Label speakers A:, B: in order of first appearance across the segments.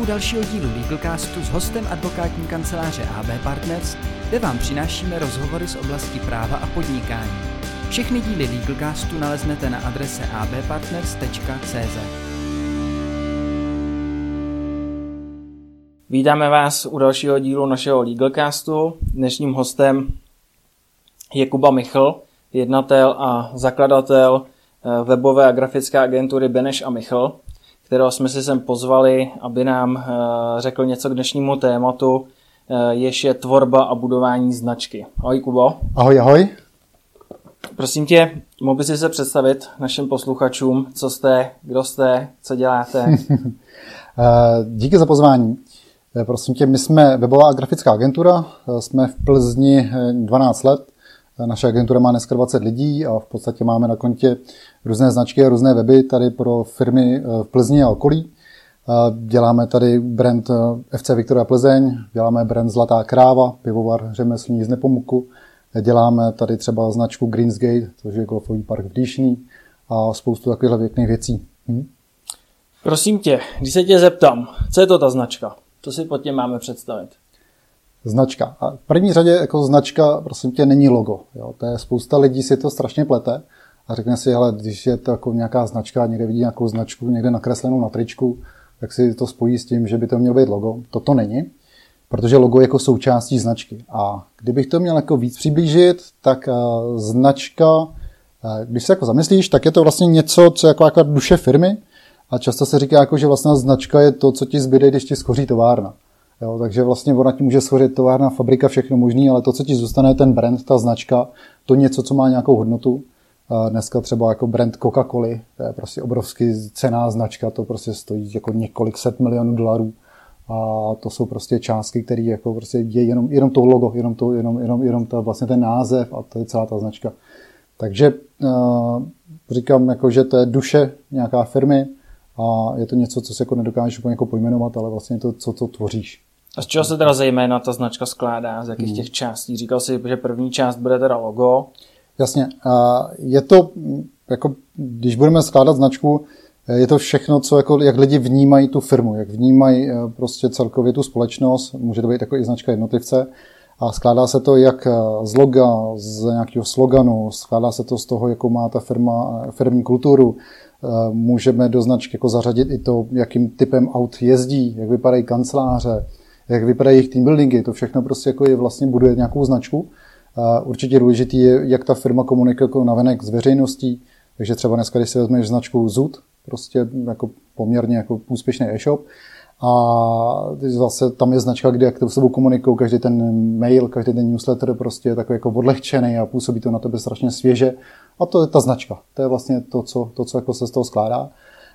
A: dalšího dílu Legalcastu s hostem advokátní kanceláře AB Partners, kde vám přinášíme rozhovory z oblasti práva a podnikání. Všechny díly Legalcastu naleznete na adrese abpartners.cz.
B: Vítáme vás u dalšího dílu našeho Legalcastu. Dnešním hostem je Kuba Michl, jednatel a zakladatel webové a grafické agentury Beneš a Michl, kterého jsme si sem pozvali, aby nám řekl něco k dnešnímu tématu, jež je tvorba a budování značky. Ahoj, Kubo.
C: Ahoj, ahoj.
B: Prosím tě, mohl bys si se představit našim posluchačům, co jste, kdo jste, co děláte?
C: Díky za pozvání. Prosím tě, my jsme webová a grafická agentura, jsme v Plzni 12 let. Naše agentura má dneska 20 lidí a v podstatě máme na kontě různé značky a různé weby tady pro firmy v Plzni a okolí. Děláme tady brand FC Viktoria Plzeň, děláme brand Zlatá kráva, pivovar řemeslní z Nepomuku, děláme tady třeba značku Greensgate, což je golfový park v Dýšní a spoustu takových pěkných věcí.
B: Prosím tě, když se tě zeptám, co je to ta značka? Co si pod tím máme představit?
C: Značka. A v první řadě jako značka, prosím tě, není logo. Jo? To je spousta lidí si to strašně plete a řekne si, hele, když je to jako nějaká značka, někde vidí nějakou značku, někde nakreslenou na tričku, tak si to spojí s tím, že by to mělo být logo. Toto není, protože logo je jako součástí značky. A kdybych to měl jako víc přiblížit, tak značka, když se jako zamyslíš, tak je to vlastně něco, co je jako duše firmy a často se říká, jako, že vlastně značka je to, co ti zbyde, když ti schoří továrna. Jo, takže vlastně ona ti může schořit továrna, fabrika, všechno možný, ale to, co ti zůstane, je ten brand, ta značka, to něco, co má nějakou hodnotu. Dneska třeba jako brand Coca-Coly, to je prostě obrovský cenná značka, to prostě stojí jako několik set milionů dolarů. A to jsou prostě částky, které jako prostě je jenom to logo, jenom to vlastně ten název a to je celá ta značka. Takže říkám, jako, že to je duše nějaká firmy a je to něco, co se jako nedokážeš úplně jako pojmenovat, ale vlastně to, co to tvoříš.
B: A z čeho se teda zejména ta značka skládá? Z jakých těch částí? Říkal jsi, že první část bude teda logo.
C: Jasně. Je to, jako, když budeme skládat značku, je to všechno, co jako, jak lidi vnímají tu firmu, jak vnímají prostě celkově tu společnost, může to být jako i značka jednotlivce. A skládá se to jak z loga, z nějakého sloganu, skládá se to z toho, jakou má ta firma, firmní kulturu. Můžeme do značky jako zařadit i to, jakým typem aut jezdí, jak vypadají kanceláře, jak vypadají jejich team buildingy. To všechno prostě jako je vlastně buduje nějakou značku. Určitě důležitý je, jak ta firma komunikuje jako navenek s veřejností. Takže třeba dneska, když si vezmeš značku Zoot, prostě jako poměrně jako úspěšný e-shop, a zase tam je značka, kde jak to s sebou komunikují, každý ten mail, každý ten newsletter prostě je takový jako odlehčený a působí to na tebe strašně svěže. A to je ta značka. To je vlastně to, co jako se z toho skládá.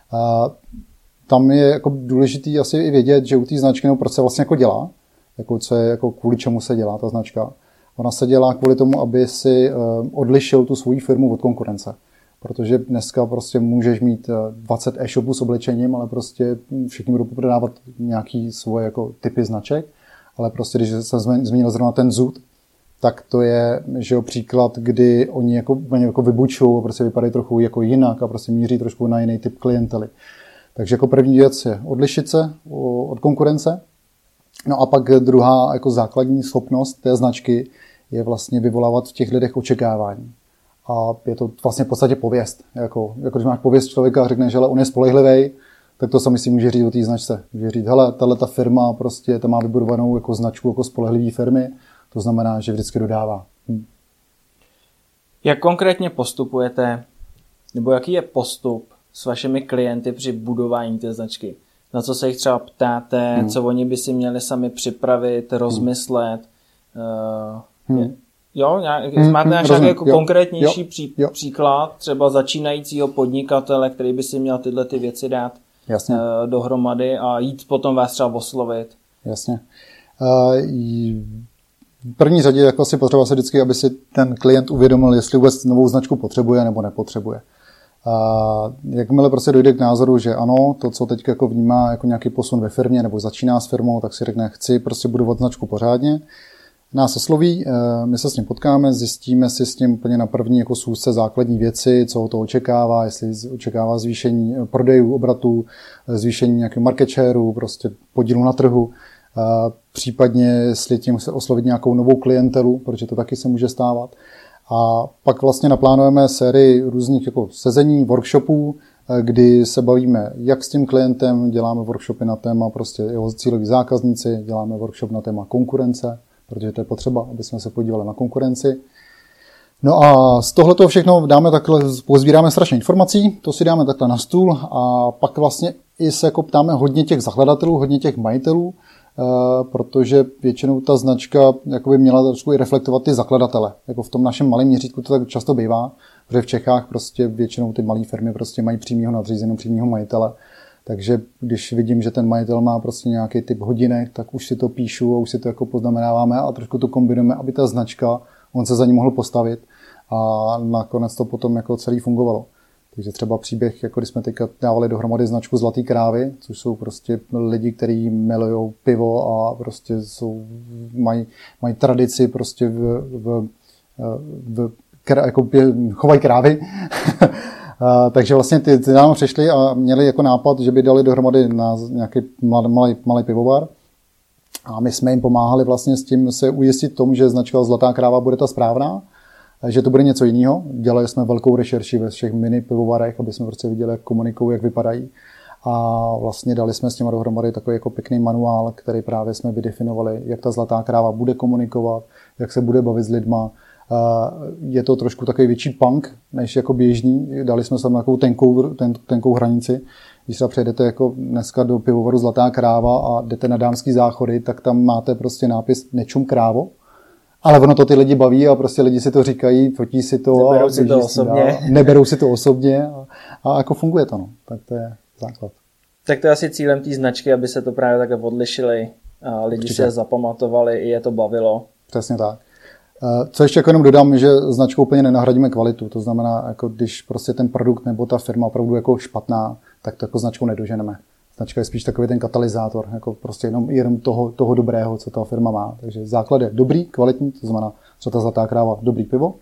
C: Tam je jako důležitý asi i vědět, že u té značky, nebo proč se vlastně jako dělá, jako co je, jako kvůli čemu se dělá ta značka. Ona se dělá kvůli tomu, aby si odlišil tu svoji firmu od konkurence. Protože dneska prostě můžeš mít 20 e-shopů s oblečením, ale prostě všichni budou prodávat nějaký svoje jako typy značek. Ale prostě, když jsem zmínil zrovna ten Zoot, tak to je, že příklad, kdy oni jako vybučují a prostě vypadají trochu jako jinak a prostě míří trošku na jiný typ klientely. Takže jako první věc je odlišit se od konkurence. No a pak druhá jako základní schopnost té značky je vlastně vyvolávat v těch lidech očekávání. A je to vlastně v podstatě pověst. Jako když máš pověst člověka a řekneš, že on je spolehlivý, tak to sami si může říct o té značce. Může říct, hele, tato firma prostě ta má vybudovanou jako značku jako spolehlivý firmy, to znamená, že vždycky dodává.
B: Jak konkrétně postupujete, nebo jaký je postup s vašimi klienty při budování té značky? Na co se jich třeba ptáte, co oni by si měli sami připravit, rozmyslet? Jo, máte nějaký jako konkrétnější příklad třeba začínajícího podnikatele, který by si měl tyhle ty věci dát dohromady a jít potom vás třeba oslovit?
C: Jasně. V první řadě jako si potřeba se vždycky, aby si ten klient uvědomil, jestli vůbec novou značku potřebuje nebo nepotřebuje. Jakmile prostě dojde k názoru, že ano, to, co teď jako vnímá jako nějaký posun ve firmě nebo začíná s firmou, tak si řekne, chci prostě budovat značku pořádně. nás osloví, my se s ním potkáme, zjistíme si s ním úplně na první jako schůzce základní věci, co ho to očekává, jestli očekává zvýšení prodejů, obratů, zvýšení nějakého market shareu, prostě podílu na trhu, případně jestli tím se oslovit nějakou novou klientelu, protože to taky se může stávat. A pak vlastně naplánujeme sérii různých jako sezení, workshopů, kdy se bavíme jak s tím klientem, děláme workshopy na téma prostě jeho cíloví zákazníci, děláme workshop na téma konkurence, protože to je potřeba, aby jsme se podívali na konkurenci. No a z tohletoho všechno dáme takhle, pozbíráme strašně informací, to si dáme takhle na stůl a pak vlastně i se jako ptáme hodně těch zakladatelů, hodně těch majitelů, protože většinou ta značka jakoby měla trošku i reflektovat ty zakladatele. Jako v tom našem malém měřítku to tak často bývá, protože v Čechách prostě většinou ty malé firmy prostě mají přímého nadřízeného, přímého majitele. Takže když vidím, že ten majitel má prostě nějaký typ hodinek, tak už si to píšu a už si to jako poznamenáváme a trošku to kombinujeme, aby ta značka, on se za ní mohl postavit a nakonec to potom jako celý fungovalo. Takže třeba příběh, jako když jsme teďka dávali dohromady značku Zlatý krávy, což jsou prostě lidi, kteří milují pivo a prostě mají tradici prostě jako chovají krávy. Takže vlastně ty nám přišli a měli jako nápad, že by dali dohromady na nějaký malý pivovar. A my jsme jim pomáhali vlastně s tím se ujistit tomu, že značka Zlatá kráva bude ta správná, že to bude něco jiného. Dělali jsme velkou rešerši ve všech mini pivovarech, aby jsme prostě viděli, jak komunikují, jak vypadají. A vlastně dali jsme s těma dohromady takový jako pěkný manuál, který právě jsme vydefinovali, jak ta Zlatá kráva bude komunikovat, jak se bude bavit s lidma. Je to trošku takový větší punk, než jako běžný. Dali jsme tam takovou tenkou hranici. Když třeba přejdete jako dneska do pivovaru Zlatá kráva a jdete na Dámský záchody, tak tam máte prostě nápis Nečum krávo. Ale ono to ty lidi baví a prostě lidi si to říkají, fotí si to. Neberou si to osobně a jako funguje to. No. Tak to je základ.
B: Tak to je asi cílem té značky, aby se to právě takhle odlišili a lidi určitě se zapamatovali i je to bavilo.
C: Přesně tak. Co ještě jako jenom dodám, že značkou úplně nenahradíme kvalitu. To znamená, jako když prostě ten produkt nebo ta firma opravdu jako špatná, tak to jako značkou nedoženeme. Značka je spíš takový ten katalyzátor, jako prostě jenom toho dobrého, co ta firma má. Takže základ je dobrý, kvalitní, to znamená třeba ta Zlatá kráva, dobrý pivo,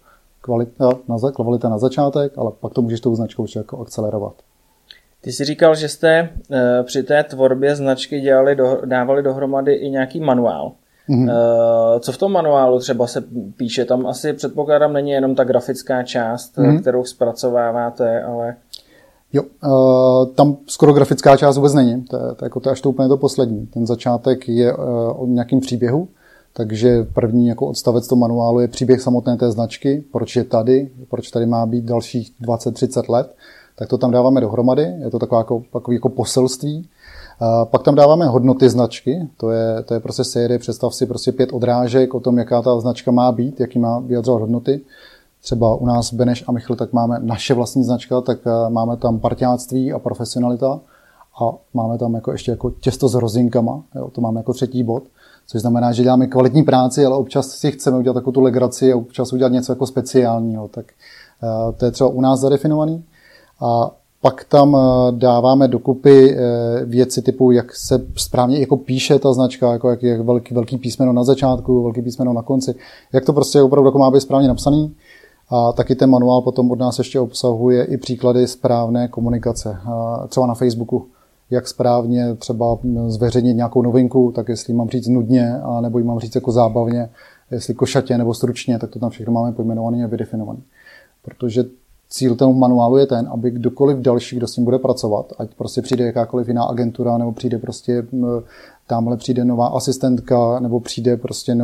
C: kvalita na začátek, ale pak to můžeš tou značkou ještě jako akcelerovat.
B: Ty jsi říkal, že jste při té tvorbě značky dávali dohromady i nějaký manuál. Mm-hmm. Co v tom manuálu třeba se píše? Tam asi předpokládám není jenom ta grafická část, kterou zpracováváte, ale...
C: Jo, tam skoro grafická část vůbec není, to je až to úplně to poslední. Ten začátek je o nějakém příběhu, takže první jako odstavec toho manuálu je příběh samotné té značky, proč je tady, proč tady má být dalších 20-30 let, tak to tam dáváme dohromady, je to takový jako poselství. Pak tam dáváme hodnoty značky, to je prostě série, představ si prostě 5 odrážek o tom, jaká ta značka má být, jaký má vyjadřovat hodnoty. Třeba u nás Beneš a Michl, tak máme naše vlastní značka, tak máme tam parťáctví a profesionalita a máme tam ještě jako těsto s hrozinkama, jo, to máme jako 3. bod, což znamená, že děláme kvalitní práci, ale občas si chceme udělat takovou tu legraci a občas udělat něco jako speciálního, tak to je třeba u nás zadefinovaný. A pak tam dáváme dokupy věci typu, jak se správně jako píše ta značka, jako jak je velký písmeno na začátku, velký písmeno na konci, jak to prostě opravdu jako má být správně napsaný. A taky ten manuál potom od nás ještě obsahuje i příklady správné komunikace. Třeba na Facebooku, jak správně třeba zveřejnit nějakou novinku, tak jestli mám říct nudně, nebo ji mám říct jako zábavně, jestli košatě nebo stručně, tak to tam všechno máme pojmenovaný a vydefinovaný. Protože cíl toho manuálu je ten, aby kdokoliv další, kdo s tím bude pracovat, ať prostě přijde jakákoliv jiná agentura, nebo přijde prostě tamhle přijde nová asistentka, nebo přijde prostě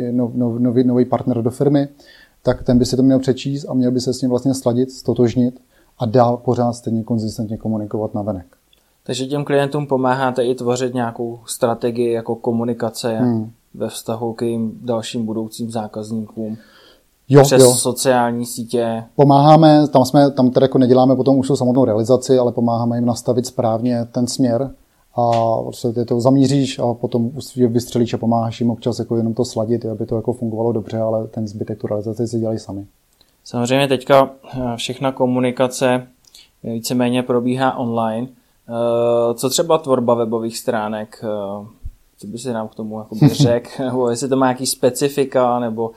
C: nový partner do firmy, tak ten by si to měl přečíst a měl by se s ním vlastně sladit, stotožnit a dál pořád stejně konzistentně komunikovat navenek. Takže
B: těm klientům pomáháte i tvořit nějakou strategii jako komunikace ve vztahu k jejím dalším budoucím zákazníkům. Přes sociální sítě.
C: Pomáháme, tam teda jako neděláme potom už tu samotnou realizaci, ale pomáháme jim nastavit správně ten směr a prostě ty to zamíříš a potom vystřelíš a pomáháš jim občas jako jenom to sladit, aby to jako fungovalo dobře, ale ten zbytek tu realizaci si dělají sami.
B: Samozřejmě teďka všechna komunikace víceméně probíhá online. Co třeba tvorba webových stránek? Co by si nám k tomu řekl? Nebo jestli to má nějaký specifika, nebo...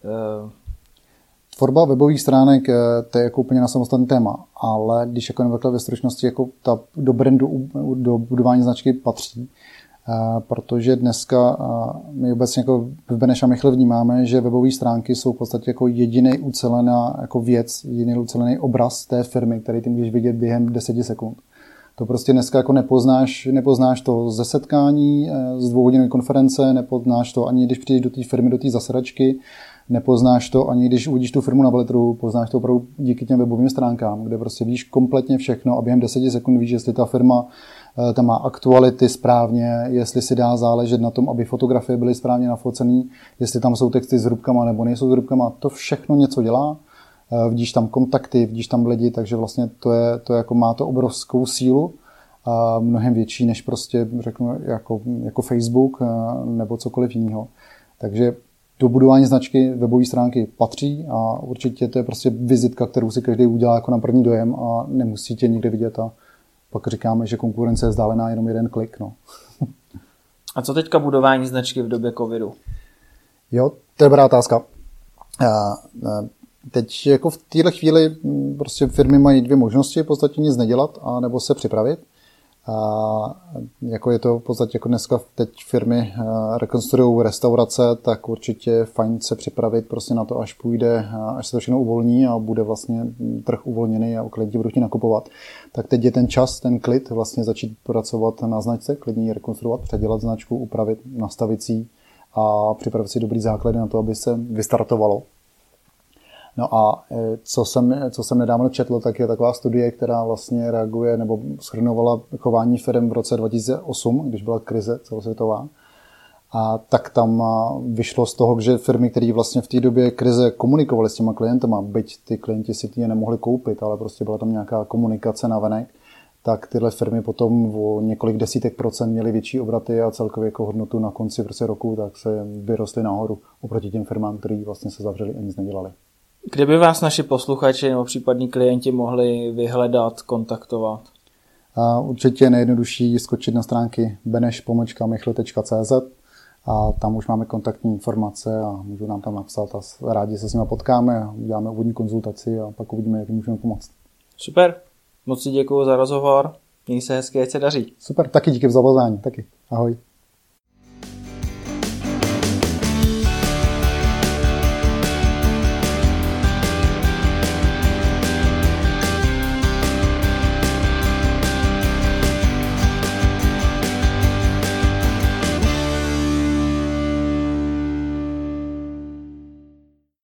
C: Tvorba webových stránek, to je jako úplně na samostatný téma, ale když jako takhle ve stručnosti jako ta do brandu, do budování značky patří, protože dneska my obecně jako v Beneš a Michl vnímáme, že webové stránky jsou v podstatě jako jediný ucelená jako věc, jediný ucelený obraz té firmy, který ty můžeš vidět během 10 sekund. To prostě dneska jako nepoznáš to ze setkání, z dvouhodinové konference, nepoznáš to ani když přijdeš do té firmy, do té zasedačky, nepoznáš to ani když uvidíš tu firmu na veletrhu, poznáš to opravdu díky těm webovým stránkám, kde prostě víš kompletně všechno a během 10 sekund víš, jestli ta firma tam má aktuality správně, jestli si dá záležet na tom, aby fotografie byly správně nafocené, jestli tam jsou texty s hrubkama nebo nejsou s hrubkama, to všechno něco dělá. Vidíš tam kontakty, vidíš tam lidi, takže vlastně to jako má to obrovskou sílu, a mnohem větší než prostě řeknu jako Facebook nebo cokoliv jiného. Takže do budování značky webové stránky patří a určitě to je prostě vizitka, kterou si každý udělá jako na první dojem a nemusí tě nikde vidět a pak říkáme, že konkurence je vzdálená jenom jeden klik. No.
B: A co teďka budování značky v době covidu?
C: Jo, to je dobrá otázka. Teď jako v této chvíli prostě firmy mají dvě možnosti, v podstatě nic nedělat a nebo se připravit. A jako je to v podstatě jako dneska teď firmy rekonstruují restaurace, tak určitě fajn se připravit prostě na to, až se to všechno uvolní a bude vlastně trh uvolněný a klienti budou chtít nakupovat. Tak teď je ten čas, ten klid vlastně začít pracovat na značce, klidně ji rekonstruovat, předělat značku, upravit, nastavit si a připravit si dobrý základy na to, aby se vystartovalo. No a co jsem nedávno četl, tak je taková studie, která vlastně reaguje nebo shrnovala chování firm v roce 2008, když byla krize celosvětová. A tak tam vyšlo z toho, že firmy, které vlastně v té době krize komunikovaly s těma klientama, byť ty klienti si je nemohli koupit, ale prostě byla tam nějaká komunikace navenek, tak tyhle firmy potom o několik desítek procent měly větší obraty a celkově jako hodnotu na konci prostě roku, tak se vyrostly nahoru oproti těm firmám, které vlastně se zavřely a nic nedělali.
B: Kde by vás naši posluchači nebo případní klienti mohli vyhledat, kontaktovat?
C: Určitě je nejjednodušší skočit na stránky beneš-michl.cz a tam už máme kontaktní informace a můžou nám tam napsat a rádi se s nimi potkáme a uděláme úvodní konzultaci a pak uvidíme, jak jim můžeme pomoct.
B: Super, moc si děkuju za rozhovor, měj se hezky, ať se daří.
C: Super, taky díky za pozvání, taky. Ahoj.